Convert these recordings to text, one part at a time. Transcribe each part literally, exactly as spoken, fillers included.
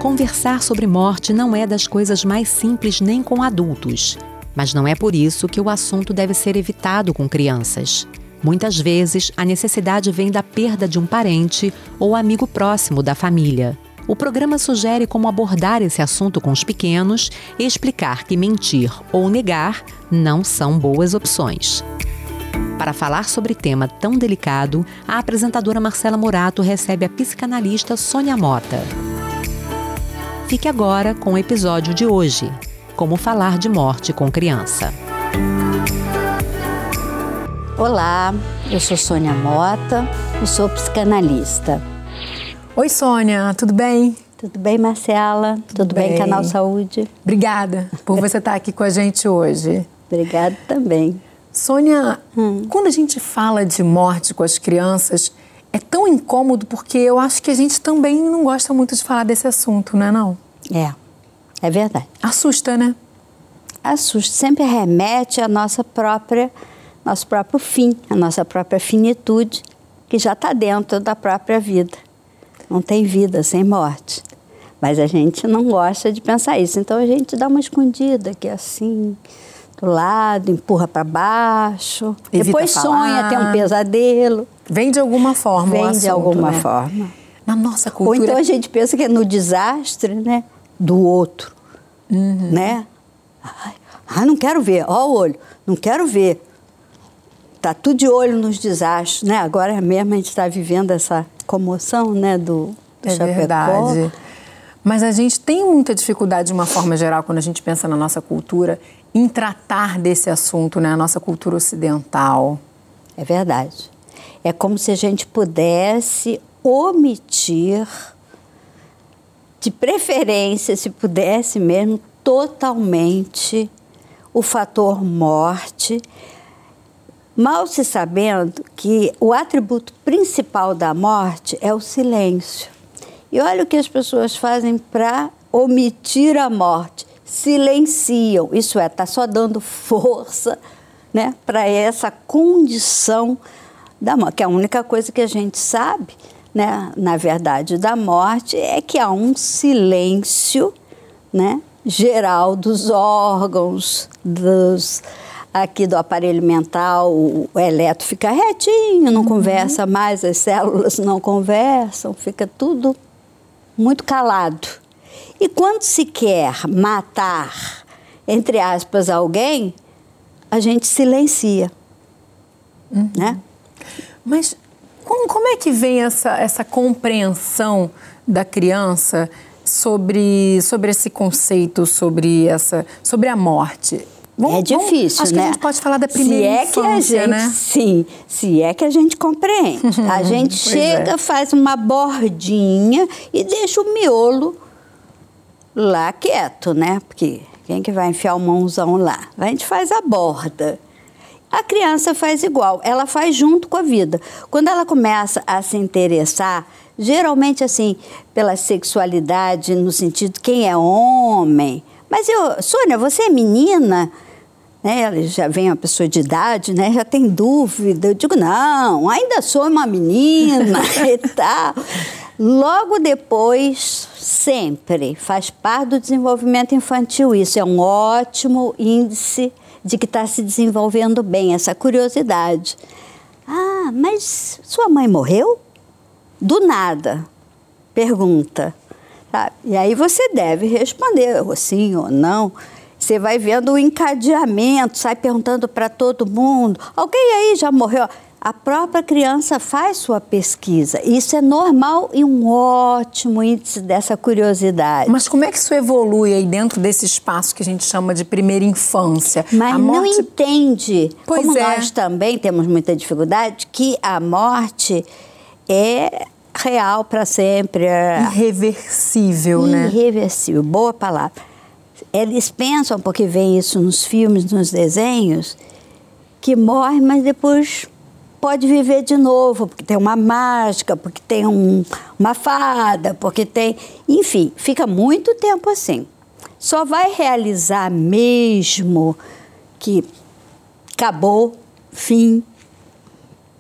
Conversar sobre morte não é das coisas mais simples nem com adultos, mas não é por isso que o assunto deve ser evitado com crianças. Muitas vezes, a necessidade vem da perda de um parente ou amigo próximo da família. O programa sugere como abordar esse assunto com os pequenos e explicar que mentir ou negar não são boas opções. Para falar sobre tema tão delicado, a apresentadora Marcela Morato recebe a psicanalista Sônia Mota. Fique agora com o episódio de hoje: Como falar de morte com criança. Olá, eu sou Sônia Mota e sou psicanalista. Oi, Sônia, tudo bem? Tudo bem, Marcela? Tudo, tudo bem, bem, Canal Saúde? Obrigada por você estar aqui com a gente hoje. Obrigada também. Sônia, hum. quando a gente fala de morte com as crianças, é tão incômodo porque eu acho que a gente também não gosta muito de falar desse assunto, não é não? É, é verdade. Assusta, né? Assusta, sempre remete à nossa própria, nosso próprio fim, à nossa própria finitude, que já está dentro da própria vida. Não tem vida sem morte. Mas a gente não gosta de pensar isso. Então a gente dá uma escondida aqui assim, do lado, empurra para baixo. Evita depois falar. Sonha, tem um pesadelo. Vem de alguma forma Vem o assunto, de alguma né? forma. Na nossa cultura... Ou então a gente pensa que é no desastre, né, do outro. Uhum. Né? Ai, ai, não quero ver. Ó o olho. Não quero ver. Tá tudo de olho nos desastres, né? Agora mesmo a gente está vivendo essa comoção, né, do, do É Chapecó. verdade. Mas a gente tem muita dificuldade, de uma forma geral, quando a gente pensa na nossa cultura, em tratar desse assunto, né? A nossa cultura ocidental. É verdade. É como se a gente pudesse omitir, de preferência, se pudesse mesmo, totalmente o fator morte, mal se sabendo que o atributo principal da morte é o silêncio. E olha o que as pessoas fazem para omitir a morte. Silenciam, isso é, está só dando força, né, para essa condição da morte, que é a única coisa que a gente sabe, né, na verdade, da morte, é que há um silêncio, né, geral dos órgãos, dos... aqui do aparelho mental, o eletro fica retinho, não uhum. conversa mais, as células não conversam, fica tudo muito calado. E quando se quer matar, entre aspas, alguém, a gente silencia. Uhum. Né? Mas como, como é que vem essa, essa compreensão da criança sobre, sobre esse conceito, sobre, essa, sobre a morte? Vamos, é difícil, vamos, acho né? que a gente pode falar da primeira se é infância, que a gente, né? Sim, se é que a gente compreende. A gente chega, é. faz uma bordinha e deixa o miolo lá quieto, né? Porque quem que vai enfiar o mãozão lá? A gente faz a borda. A criança faz igual, ela faz junto com a vida. Quando ela começa a se interessar, geralmente assim, pela sexualidade, no sentido de quem é homem. Mas eu, Sônia, você é menina? Né, ela já vem uma pessoa de idade, né, já tem dúvida. Eu digo, não, ainda sou uma menina e tal. Logo depois, sempre, faz parte do desenvolvimento infantil. Isso é um ótimo índice de que está se desenvolvendo bem, essa curiosidade. Ah, mas sua mãe morreu? Do nada, pergunta. Sabe? E aí você deve responder, ou sim ou não. Você vai vendo o encadeamento, sai perguntando para todo mundo. Alguém aí já morreu? A própria criança faz sua pesquisa. Isso é normal e um ótimo índice dessa curiosidade. Mas como é que isso evolui aí dentro desse espaço que a gente chama de primeira infância? Mas a morte... não entende, pois como é. nós também temos muita dificuldade, que a morte é real para sempre. É... Irreversível, né? Irreversível, boa palavra. Eles pensam, porque vem isso nos filmes, nos desenhos, que morre, mas depois pode viver de novo, porque tem uma mágica, porque tem um, uma fada, porque tem... Enfim, fica muito tempo assim. Só vai realizar mesmo que acabou, fim,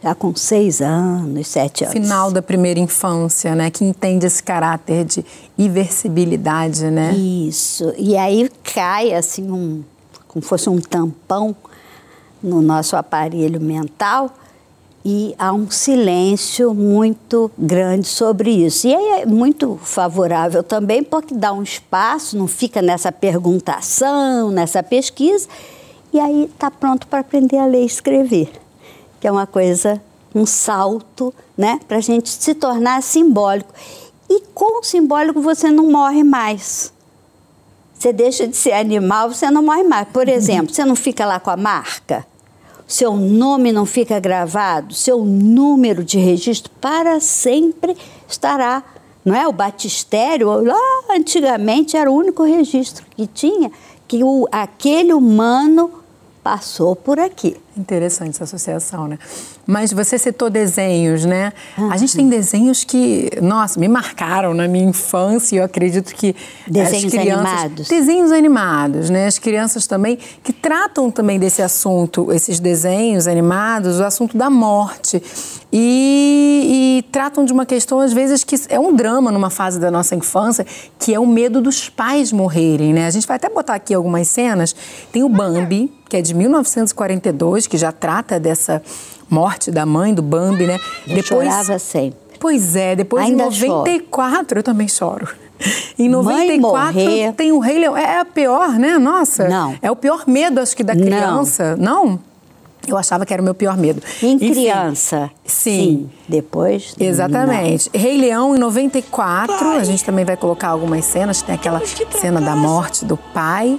já com seis anos, sete anos. Final da primeira infância, né? Que entende esse caráter de iversibilidade, né? Isso. E aí cai assim, um, como fosse um tampão no nosso aparelho mental e há um silêncio muito grande sobre isso. E aí é muito favorável também porque dá um espaço, não fica nessa perguntação, nessa pesquisa, e aí está pronto para aprender a ler e escrever. Que é uma coisa, um salto, né, para a gente se tornar simbólico. E com o simbólico você não morre mais. Você deixa de ser animal, você não morre mais. Por exemplo, você não fica lá com a marca? Seu nome não fica gravado? Seu número de registro para sempre estará. Não é? O batistério, lá antigamente, era o único registro que tinha, que o, aquele humano passou por aqui. Interessante essa associação, né? Mas você citou desenhos, né? Uhum. A gente tem desenhos que, nossa, me marcaram na minha infância e eu acredito que desenhos as crianças... animados? Desenhos animados, né? As crianças também, que tratam também desse assunto, esses desenhos animados, o assunto da morte. E, e tratam de uma questão, às vezes, que é um drama numa fase da nossa infância, que é o medo dos pais morrerem, né? A gente vai até botar aqui algumas cenas. Tem o Bambi, que é de mil novecentos e quarenta e dois, que já trata dessa morte da mãe do Bambi, né? Eu depois, chorava sempre. Pois é, depois Ainda em noventa e quatro, choro. Eu também choro. Em noventa e quatro morrer... tem o Rei Leão. É a pior, né? Nossa. Não. É o pior medo, acho que, da criança. Não? Não? Eu achava que era o meu pior medo. Em Enfim, criança, sim. sim. Depois, exatamente. Não. Rei Leão, em noventa e quatro, pai. A gente também vai colocar algumas cenas. Tem aquela cena casa. da morte do pai.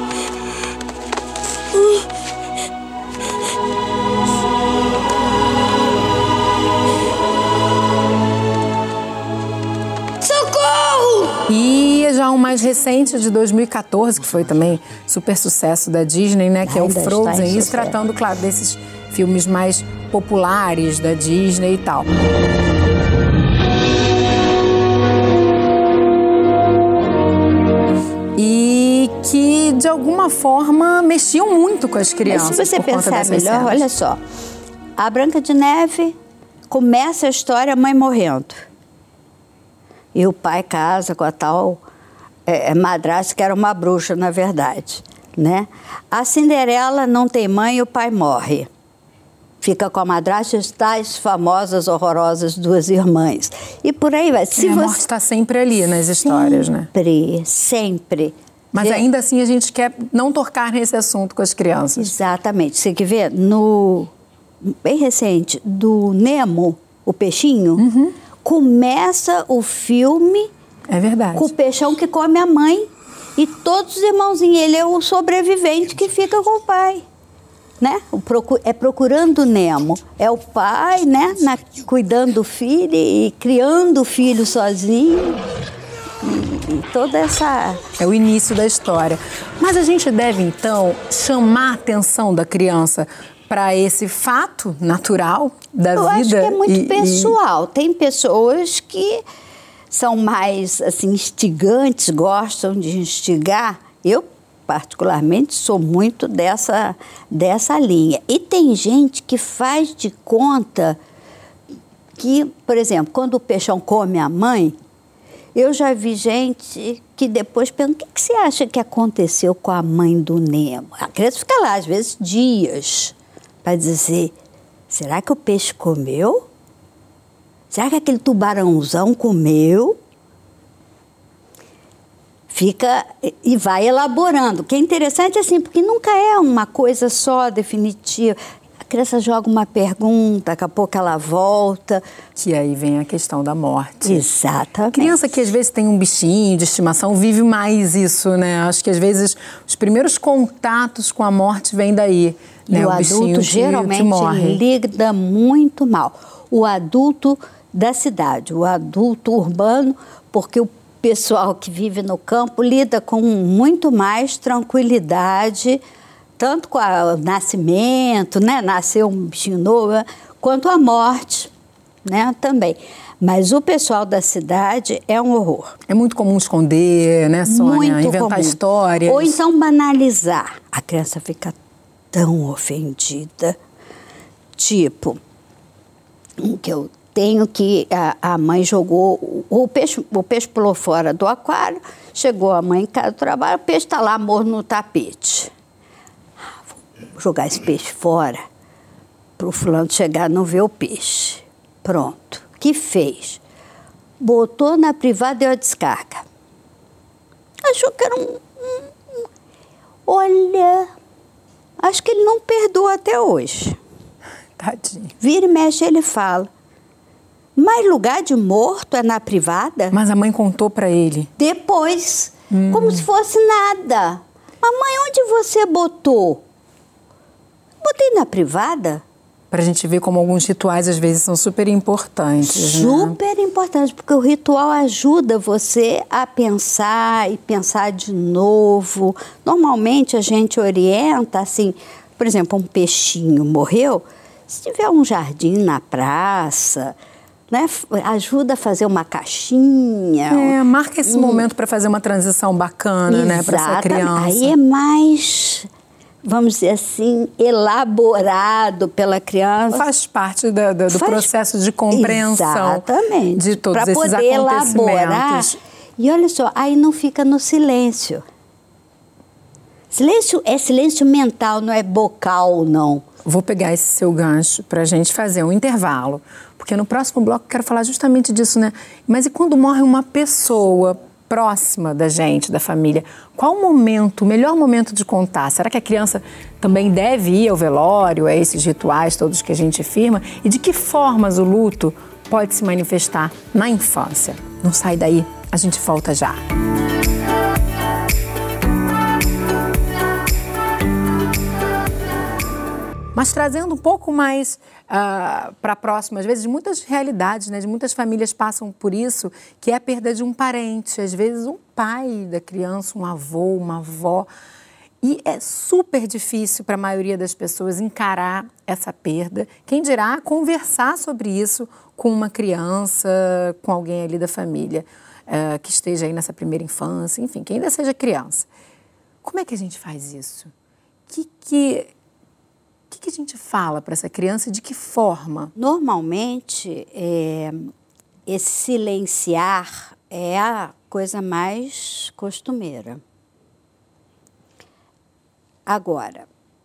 Uh. E já um mais recente, de dois mil e quatorze, que foi também super sucesso da Disney, né? Que Ainda é o Frozen. Isso tratando, claro, desses filmes mais populares da Disney e tal. E que, de alguma forma, mexiam muito com as crianças. Mas se você pensar melhor, cenas. Olha só. A Branca de Neve começa a história, a mãe morrendo. E o pai casa com a tal é, madrasta, que era uma bruxa, na verdade, né? A Cinderela não tem mãe e o pai morre. Fica com a madrasta, as tais famosas, horrorosas duas irmãs. E por aí vai. Se é, você... A morte está sempre ali nas histórias, sempre, né? Sempre, sempre. Mas Vê... ainda assim a gente quer não tocar nesse assunto com as crianças. Exatamente. Você quer ver? No bem recente, do Nemo, o peixinho... Uhum. Começa o filme é verdade. com o peixão que come a mãe e todos os irmãozinhos. Ele é o sobrevivente que fica com o pai, né? O procu- é Procurando Nemo. É o pai, né? Na, cuidando do filho e criando o filho sozinho. E, e toda essa... É o início da história. Mas a gente deve, então, chamar a atenção da criança para esse fato natural da Eu vida? Eu acho que é muito e, pessoal. E... Tem pessoas que são mais assim, instigantes, gostam de instigar. Eu, particularmente, sou muito dessa, dessa linha. E tem gente que faz de conta que, por exemplo, quando o peixão come a mãe, eu já vi gente que depois pergunta: o que, que você acha que aconteceu com a mãe do Nemo? A criança fica lá, às vezes, dias, para dizer: será que o peixe comeu? Será que aquele tubarãozão comeu? Fica e vai elaborando. O que é interessante assim, porque nunca é uma coisa só definitiva. A criança joga uma pergunta, daqui a pouco ela volta. Que aí vem a questão da morte. Exatamente. Criança que às vezes tem um bichinho de estimação vive mais isso, né? Acho que às vezes os primeiros contatos com a morte vêm daí. Né? E o, o adulto geralmente lida muito mal. O adulto da cidade, o adulto urbano, porque o pessoal que vive no campo lida com muito mais tranquilidade, tanto com o nascimento, né? Nasceu um bichinho novo, quanto a morte, né? Também. Mas o pessoal da cidade é um horror. É muito comum esconder, né, Sônia? Muito Inventar comum. histórias. Ou então banalizar. A criança fica tão ofendida. Tipo, um que eu tenho que a, a mãe jogou, o peixe, o peixe pulou fora do aquário, chegou a mãe em casa do trabalho, o peixe está lá morto no tapete. Ah, vou jogar esse peixe fora para o fulano chegar e não ver o peixe. Pronto. O que fez? Botou na privada e deu a descarga. Achou que era um, um, um... Olha, acho que ele não perdoa até hoje. Tadinho. Vira e mexe, ele fala. Mas lugar de morto é na privada? Mas a mãe contou para ele. Depois, hum. como se fosse nada. Mamãe, onde você botou? Botei na privada. Para a gente ver como alguns rituais, às vezes, são super importantes. Super né? importantes, porque o ritual ajuda você a pensar e pensar de novo. Normalmente, a gente orienta, assim, por exemplo, um peixinho morreu, se tiver um jardim na praça, né, ajuda a fazer uma caixinha. É, marca esse hum. momento para fazer uma transição bacana, né, para essa criança. Aí é mais... vamos dizer assim, elaborado pela criança. Faz parte da, da, do Faz... processo de compreensão. Exatamente. De todos pra esses poder acontecimentos. Elaborar. E olha só, aí não fica no silêncio. Silêncio é silêncio mental, não é bocal, não. Vou pegar esse seu gancho para a gente fazer um intervalo, porque no próximo bloco eu quero falar justamente disso, né? Mas e quando morre uma pessoa próxima da gente, da família, qual o momento, o melhor momento de contar? Será que a criança também deve ir ao velório, a esses rituais todos que a gente firma? E de que formas o luto pode se manifestar na infância? Não sai daí, a gente volta já. Mas trazendo um pouco mais uh, para a próxima, às vezes muitas realidades, né, de muitas famílias passam por isso, que é a perda de um parente, às vezes um pai da criança, um avô, uma avó. E é super difícil para a maioria das pessoas encarar essa perda. Quem dirá conversar sobre isso com uma criança, com alguém ali da família, uh, que esteja aí nessa primeira infância, enfim, que ainda seja criança. Como é que a gente faz isso? Que que... O que, que a gente fala para essa criança e de que forma? Normalmente, é, esse silenciar é a coisa mais costumeira. Agora,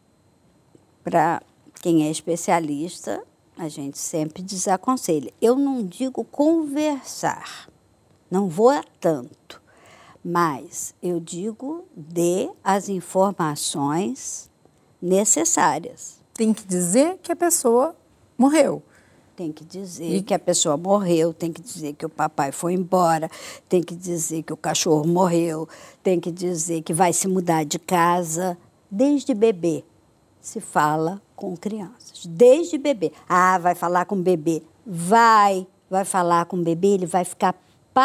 para quem é especialista, a gente sempre desaconselha. Eu não digo conversar, não vou a tanto, mas eu digo dê as informações necessárias. Tem que dizer que a pessoa morreu. Tem que dizer e... que a pessoa morreu, tem que dizer que o papai foi embora, tem que dizer que o cachorro morreu, tem que dizer que vai se mudar de casa. Desde bebê se fala com crianças. Desde bebê. Ah, vai falar com o bebê. Vai, vai falar com o bebê, ele vai ficar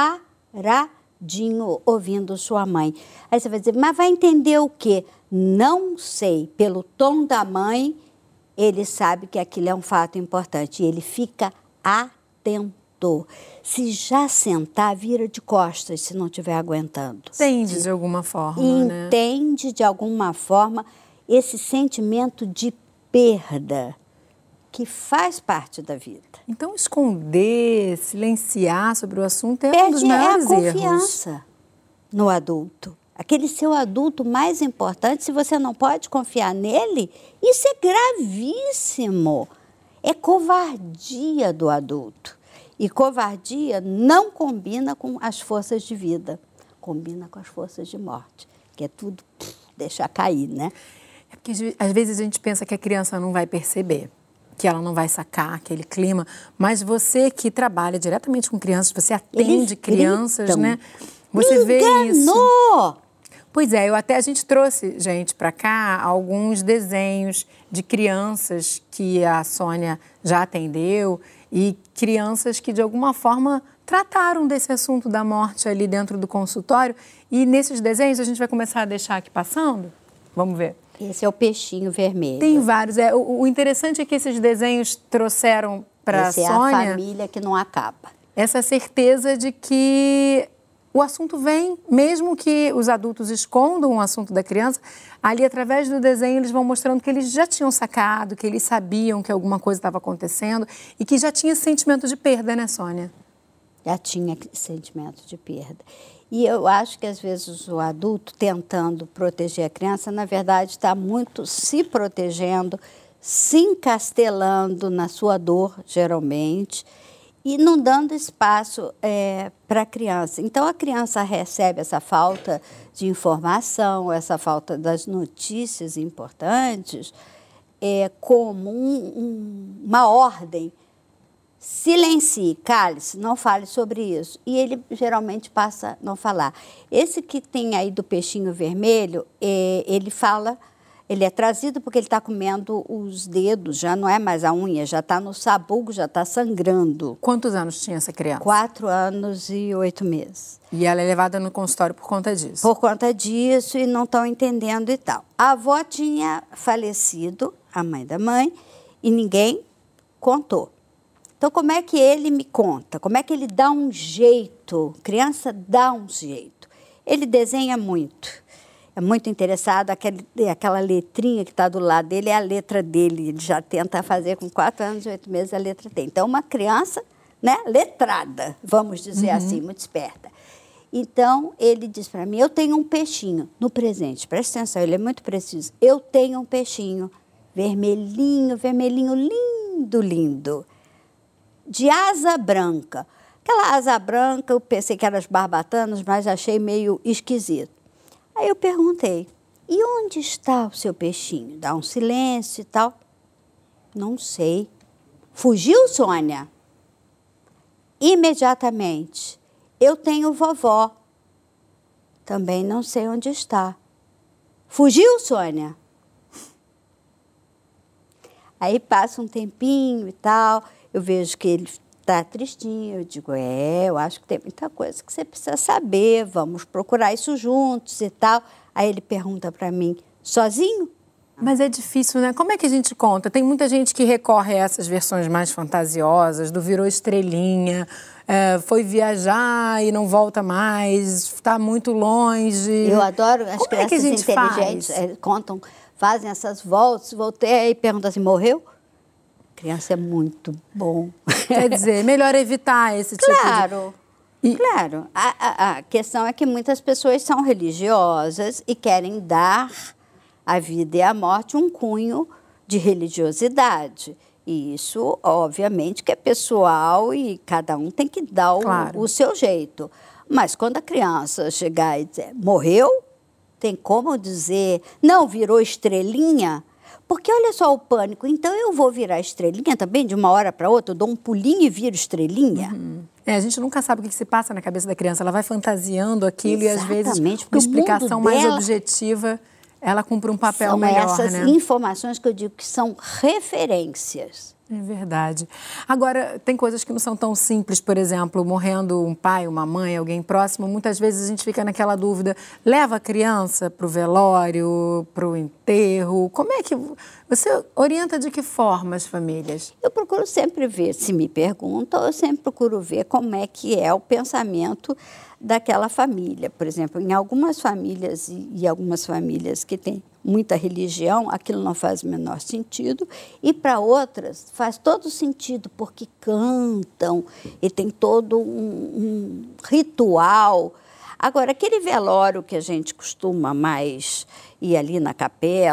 paradinho ouvindo sua mãe. Aí você vai dizer, mas vai entender o quê? Não sei, pelo tom da mãe, ele sabe que aquilo é um fato importante e ele fica atento. Se já sentar, vira de costas se não estiver aguentando. Entende de alguma forma, né? Entende de alguma forma esse sentimento de perda que faz parte da vida. Então, esconder, silenciar sobre o assunto é Perde, um dos maiores é a erros. confiança no adulto. Aquele seu adulto mais importante, se você não pode confiar nele, isso é gravíssimo. É covardia do adulto. E covardia não combina com as forças de vida, combina com as forças de morte, que é tudo pff, deixar cair, né? É porque às vezes a gente pensa que a criança não vai perceber, que ela não vai sacar aquele clima, mas você que trabalha diretamente com crianças, você atende Eles crianças, gritam. né? Você Me vê enganou! isso. Pois é, eu até a gente trouxe, gente, para cá alguns desenhos de crianças que a Sônia já atendeu e crianças que de alguma forma trataram desse assunto da morte ali dentro do consultório. E nesses desenhos a gente vai começar a deixar aqui passando. Vamos ver. Esse é o peixinho vermelho. Tem vários. É, o, o interessante é que esses desenhos trouxeram para a Sônia... Essa é a família que não acaba. Essa certeza de que o assunto vem, mesmo que os adultos escondam o assunto da criança, ali através do desenho eles vão mostrando que eles já tinham sacado, que eles sabiam que alguma coisa estava acontecendo e que já tinha sentimento de perda, né, Sônia? Já tinha sentimento de perda. E eu acho que, às vezes, o adulto, tentando proteger a criança, na verdade, está muito se protegendo, se encastelando na sua dor, geralmente, e não dando espaço é, para a criança. Então, a criança recebe essa falta de informação, essa falta das notícias importantes, é, como um, um, uma ordem. Silencie, cale-se, não fale sobre isso. E ele geralmente passa a não falar. Esse que tem aí do peixinho vermelho, é, ele fala, ele é trazido porque ele está comendo os dedos, já não é mais a unha, já está no sabugo, já está sangrando. Quantos anos tinha essa criança? Quatro anos e oito meses. E ela é levada no consultório por conta disso? Por conta disso, e não estão entendendo e tal. A avó tinha falecido, a mãe da mãe, e ninguém contou. Então, como é que ele me conta? Como é que ele dá um jeito? Criança dá um jeito. Ele desenha muito. É muito interessado. Aquele, aquela letrinha que está do lado dele é a letra dele. Ele já tenta fazer com quatro anos e oito meses a letra dele. Então, uma criança, né, letrada, vamos dizer uhum. assim, muito esperta. Então, ele diz para mim, eu tenho um peixinho no presente. Presta atenção, ele é muito preciso. Eu tenho um peixinho vermelhinho, vermelhinho, lindo, lindo. De asa branca. Aquela asa branca, eu pensei que eram as barbatanas, mas achei meio esquisito. Aí eu perguntei, e onde está o seu peixinho? Dá um silêncio e tal. Não sei. Fugiu, Sônia? Imediatamente. Eu tenho vovó. Também não sei onde está. Fugiu, Sônia? Aí passa um tempinho e tal... Eu vejo que ele está tristinho, eu digo, é, eu acho que tem muita coisa que você precisa saber, vamos procurar isso juntos e tal. Aí ele pergunta para mim, sozinho? Mas é difícil, né? Como é que a gente conta? Tem muita gente que recorre a essas versões mais fantasiosas, do virou estrelinha, é, foi viajar e não volta mais, está muito longe. Eu adoro as Como crianças é que a gente inteligentes, faz? É, contam, fazem essas voltas, voltei e perguntam assim, morreu? Criança é muito bom. Quer dizer, melhor evitar esse tipo claro, de... E... Claro, a, a, a questão é que muitas pessoas são religiosas e querem dar à vida e à morte um cunho de religiosidade. E isso, obviamente, que é pessoal e cada um tem que dar o, claro. o seu jeito. Mas quando a criança chegar e dizer, morreu? Tem como dizer, não, virou estrelinha? Porque olha só o pânico, então eu vou virar estrelinha também, de uma hora para outra, eu dou um pulinho e viro estrelinha. Uhum. É, a gente nunca sabe o que se passa na cabeça da criança, ela vai fantasiando aquilo. Exatamente, e às vezes uma explicação mais objetiva, ela cumpre um papel são melhor, essas né? informações que eu digo que são referências. É verdade. Agora, tem coisas que não são tão simples, por exemplo, morrendo um pai, uma mãe, alguém próximo, muitas vezes a gente fica naquela dúvida, leva a criança para o velório, para o enterro, como é que... Você orienta de que forma as famílias? Eu procuro sempre ver, se me perguntam, eu sempre procuro ver como é que é o pensamento daquela família. Por exemplo, em algumas famílias e, e algumas famílias que têm muita religião, aquilo não faz o menor sentido, e para outras faz todo sentido, porque cantam e tem todo um, um ritual. Agora, aquele velório que a gente costuma mais ir ali na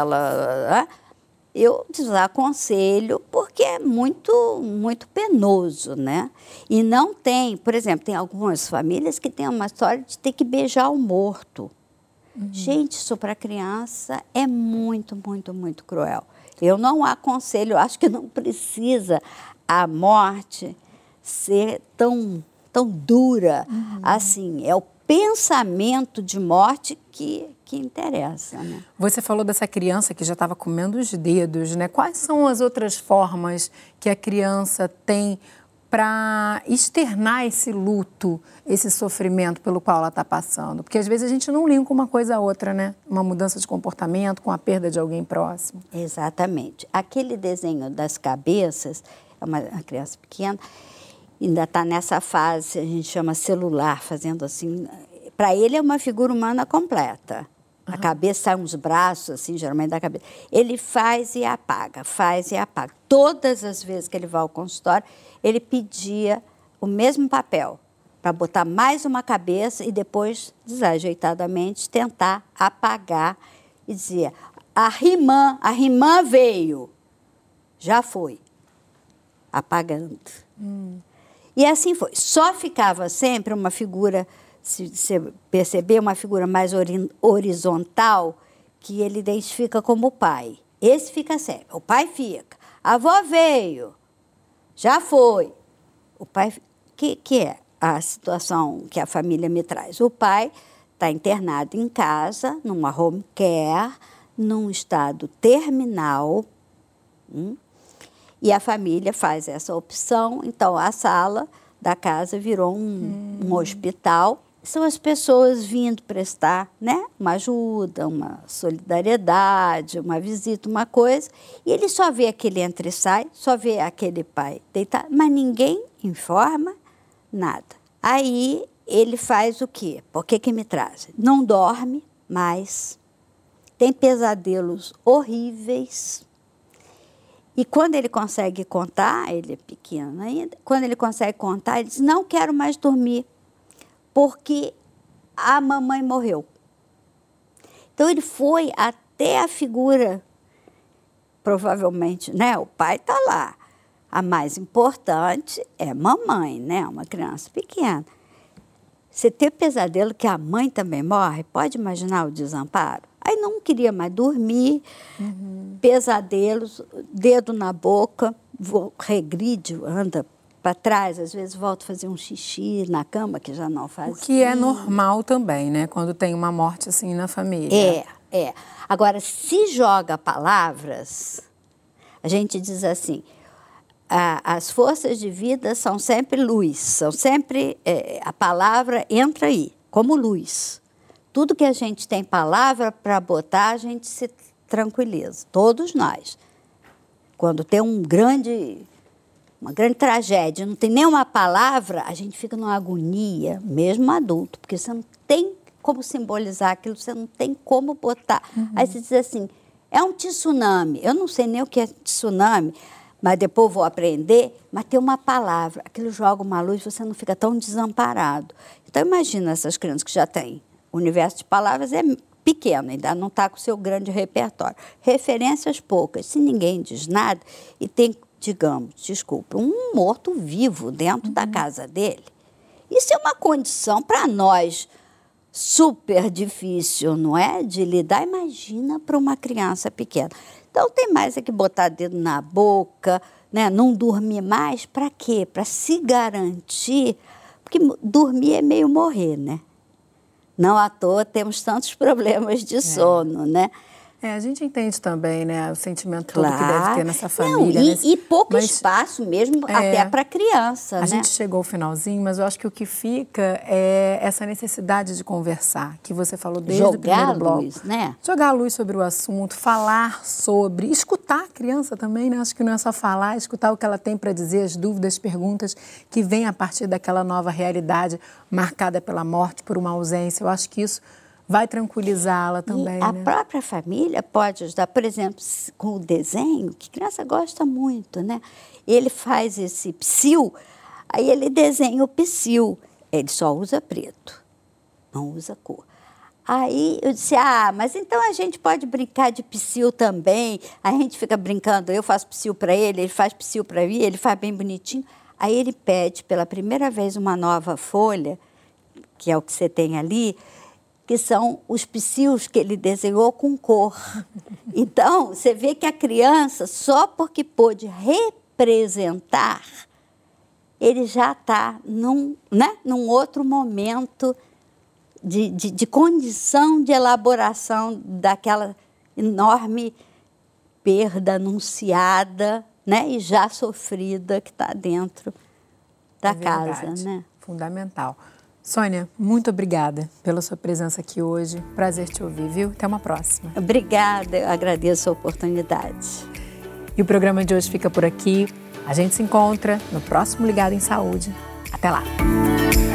capela, eu desaconselho, porque é muito, muito penoso, né? E não tem, por exemplo, tem algumas famílias que têm uma história de ter que beijar o morto. Uhum. Gente, isso para criança é muito, muito, muito cruel. Eu não aconselho, acho que não precisa a morte ser tão, tão dura uhum. assim. É o pensamento de morte que, que interessa, né? Você falou dessa criança que já estava comendo os dedos, né? Quais são as outras formas que a criança tem para externar esse luto, esse sofrimento pelo qual ela está passando? Porque às vezes a gente não linka uma coisa a outra, né? Uma mudança de comportamento com a perda de alguém próximo. Exatamente. Aquele desenho das cabeças, é uma, uma criança pequena, ainda está nessa fase, a gente chama celular, fazendo assim, para ele é uma figura humana completa. A uhum. cabeça, sai uns braços, assim, geralmente da cabeça. Ele faz e apaga, faz e apaga. Todas as vezes que ele vai ao consultório, ele pedia o mesmo papel, para botar mais uma cabeça e depois, desajeitadamente, tentar apagar e dizia, a Rimã, a Rimã veio, já foi, apagando. Hum. E assim foi. Só ficava sempre uma figura, se você perceber, uma figura mais ori- horizontal, que ele identifica como pai. Esse fica sempre, o pai fica. A avó veio, já foi. O pai, que, que é a situação que a família me traz? O pai está internado em casa, numa home care, num estado terminal, hum, e a família faz essa opção. Então, a sala da casa virou um, hum. um hospital. São as pessoas vindo prestar, né, uma ajuda, uma solidariedade, uma visita, uma coisa. E ele só vê aquele entra e sai, só vê aquele pai deitado, mas ninguém informa nada. Aí ele faz o quê? Por que que me traz? Não dorme mais, tem pesadelos horríveis. E quando ele consegue contar, ele é pequeno ainda, quando ele consegue contar, ele diz, não quero mais dormir, porque a mamãe morreu. Então ele foi até a figura, provavelmente, né? O pai está lá. A mais importante é mamãe, né? Uma criança pequena. Você ter pesadelo que a mãe também morre, pode imaginar o desamparo? Aí não queria mais dormir, uhum. pesadelos, dedo na boca, regride, anda para trás, às vezes volta a fazer um xixi na cama, que já não faz. O que é normal também, né? Quando tem uma morte assim na família. É, é. Agora, se joga palavras, a gente diz assim, a, as forças de vida são sempre luz, são sempre, é, a palavra entra aí, como luz. Tudo que a gente tem palavra para botar, a gente se tranquiliza, todos nós. Quando tem um grande, uma grande tragédia, não tem nenhuma palavra, a gente fica numa agonia, mesmo adulto, porque você não tem como simbolizar aquilo, você não tem como botar. Uhum. Aí você diz assim, é um tsunami, eu não sei nem o que é tsunami, mas depois vou aprender, mas tem uma palavra, aquilo joga uma luz, você não fica tão desamparado. Então imagina essas crianças que já têm. O universo de palavras é pequeno, ainda não está com o seu grande repertório. Referências poucas, se ninguém diz nada, e tem, digamos, desculpa, um morto-vivo dentro uhum. da casa dele. Isso é uma condição para nós super difícil, não é? De lidar, imagina para uma criança pequena. Então tem mais é que botar dedo na boca, né? Não dormir mais, para quê? Para se garantir, porque dormir é meio morrer, né? Não à toa temos tantos problemas de sono, é. né? É, a gente entende também, né, o sentimento claro. todo que deve ter nessa família. Não, e, nesse... e pouco mas, espaço mesmo, é, até para criança, a né? gente chegou ao finalzinho, mas eu acho que o que fica é essa necessidade de conversar, que você falou desde Jogar o primeiro bloco. Luz, né? Jogar a luz sobre o assunto, falar sobre, escutar a criança também, né? Acho que não é só falar, escutar o que ela tem para dizer, as dúvidas, perguntas que vêm a partir daquela nova realidade marcada pela morte, por uma ausência. Eu acho que isso vai tranquilizá-la também. E a né? própria família pode ajudar, por exemplo, com o desenho, que criança gosta muito, né? Ele faz esse psil, aí ele desenha o psil, ele só usa preto, não usa cor. Aí eu disse, ah, mas então a gente pode brincar de psil também, a gente fica brincando, eu faço psil para ele, ele faz psil para mim, ele faz bem bonitinho. Aí ele pede pela primeira vez uma nova folha, que é o que você tem ali, que são os psius que ele desenhou com cor. Então, você vê que a criança, só porque pôde representar, ele já está num, né, num outro momento de, de, de condição de elaboração daquela enorme perda anunciada, né, e já sofrida que está dentro da é verdade. casa. Né? Fundamental. Sônia, muito obrigada pela sua presença aqui hoje. Prazer te ouvir, viu? Até uma próxima. Obrigada, eu agradeço a oportunidade. E o programa de hoje fica por aqui. A gente se encontra no próximo Ligado em Saúde. Até lá!